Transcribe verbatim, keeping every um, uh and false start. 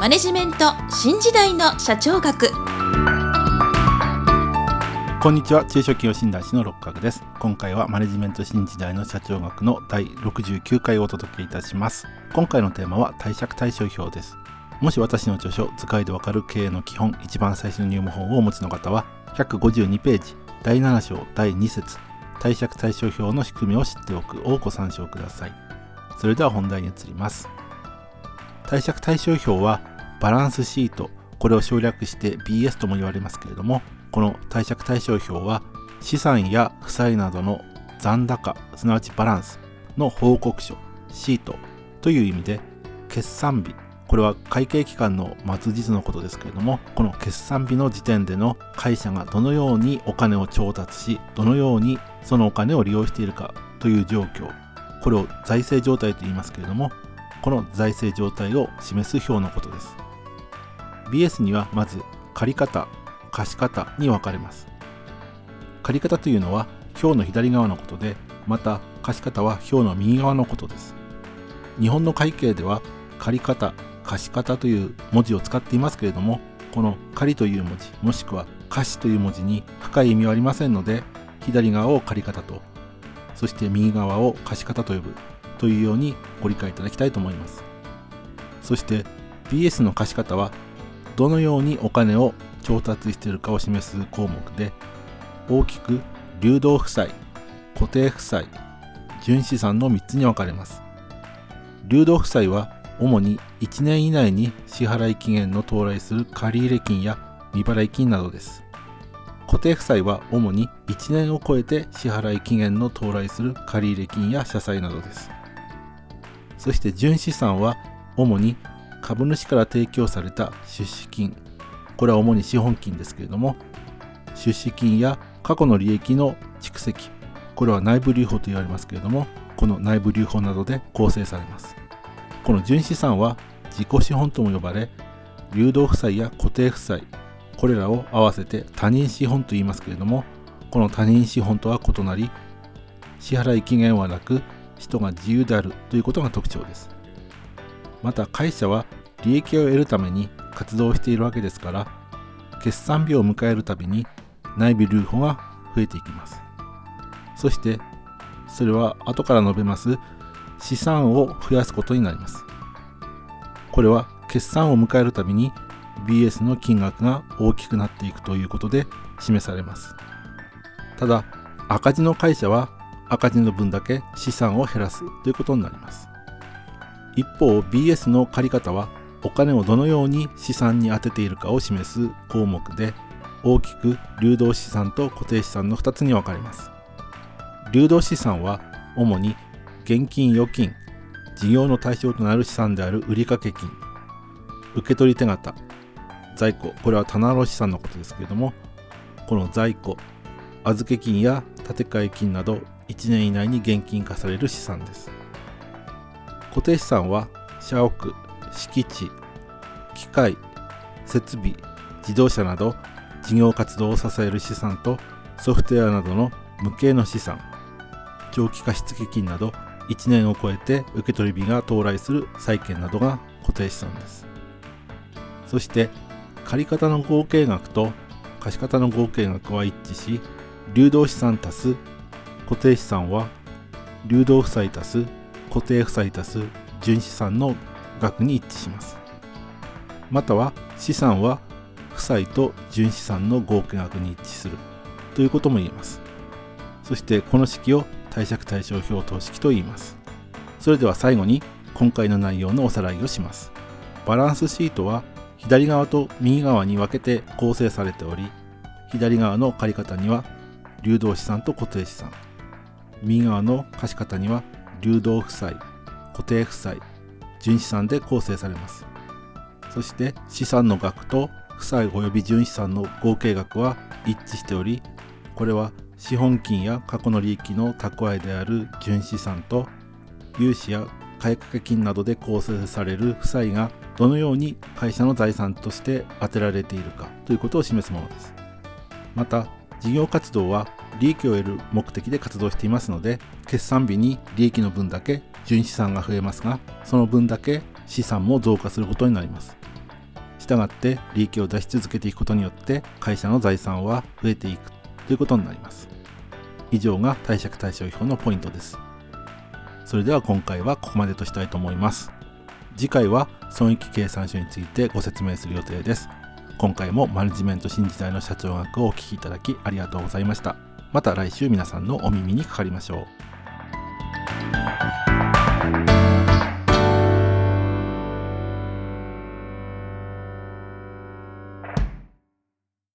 マネジメント新時代の社長学。 こんにちは、中小企業診断士の六角です。今回はマネジメント新時代の社長学のだいろくじゅうきゅうかいをお届けいたします。今回のテーマは貸借対照表です。もし私の著書図解でわかる経営の基本一番最初の入門本をお持ちの方はひゃくごじゅうにページだいなな章だいに節貸借対照表の仕組みを知っておくをご参照ください。それでは本題に移ります。貸借対照表はバランスシート、これを省略して ビーエス とも言われますけれども、この貸借対照表は資産や負債などの残高、すなわちバランスの報告書、シートという意味で、決算日、これは会計期間の末日のことですけれども、この決算日の時点での会社がどのようにお金を調達し、どのようにそのお金を利用しているかという状況、これを財政状態と言いますけれども、この財政状態を示す表のことです。ビーエス にはまず借方、貸方に分かれます。借方というのは表の左側のことで、また貸方は表の右側のことです。日本の会計では借方、貸方という文字を使っていますけれども、この借という文字、もしくは貸という文字に深い意味はありませんので、左側を借方と、そして右側を貸方と呼ぶというようにご理解いただきたいと思います。そして ビーエス の貸方はどのようにお金を調達しているかを示す項目で、大きく流動負債、固定負債、純資産のみっつに分かれます。流動負債は主にいちねん以内に支払い期限の到来する借入金や未払い金などです。固定負債は主にいちねんを超えて支払い期限の到来する借入金や社債などです。そして純資産は主に株主から提供された出資金、これは主に資本金ですけれども、出資金や過去の利益の蓄積、これは内部留保と言われますけれども、この内部留保などで構成されます。この純資産は自己資本とも呼ばれ、流動負債や固定負債、これらを合わせて他人資本と言いますけれども、この他人資本とは異なり、支払い期限はなく、人が自由であるということが特徴です。また会社は利益を得るために活動しているわけですから、決算日を迎えるたびに内部留保が増えていきます。そしてそれは後から述べます資産を増やすことになります。これは決算を迎えるたびに ビーエス の金額が大きくなっていくということで示されます。ただ赤字の会社は赤字の分だけ資産を減らすということになります。一方 ビーエス の借方はお金をどのように資産に充てているかを示す項目で、大きく流動資産と固定資産のふたつに分かれます。流動資産は主に現金預金、事業の対象となる資産である売掛金、受取手形、在庫、これは棚卸資産のことですけれども、この在庫、預け金や建て替え金などいちねん以内に現金化される資産です。固定資産は社屋、敷地、機械、設備、自動車など事業活動を支える資産と、ソフトウェアなどの無形の資産、長期貸付金などいちねんを超えて受取日が到来する債券などが固定資産です。そして借方の合計額と貸方の合計額は一致し、流動資産足す固定資産は流動負債足す固定負債足す純資産の額に一致します。または資産は負債と純資産の合計額に一致するということも言えます。そしてこの式を貸借対照表等式と言います。それでは最後に今回の内容のおさらいをします。バランスシートは左側と右側に分けて構成されており、左側の借方には流動資産と固定資産、右側の貸方には流動負債、固定負債、純資産で構成されます。そして資産の額と負債及び純資産の合計額は一致しており、これは資本金や過去の利益の蓄えである純資産と、融資や買掛金などで構成される負債がどのように会社の財産として当てられているかということを示すものです。また事業活動は利益を得る目的で活動していますので、決算日に利益の分だけ純資産が増えますが、その分だけ資産も増加することになります。 したがって利益を出し続けていくことによって会社の財産は増えていくということになります。以上が貸借対照表のポイントです。それでは今回はここまでとしたいと思います。次回は損益計算書についてご説明する予定です。今回もマネジメント新時代の社長学をお聞きいただきありがとうございました。また来週皆さんのお耳にかかりましょう。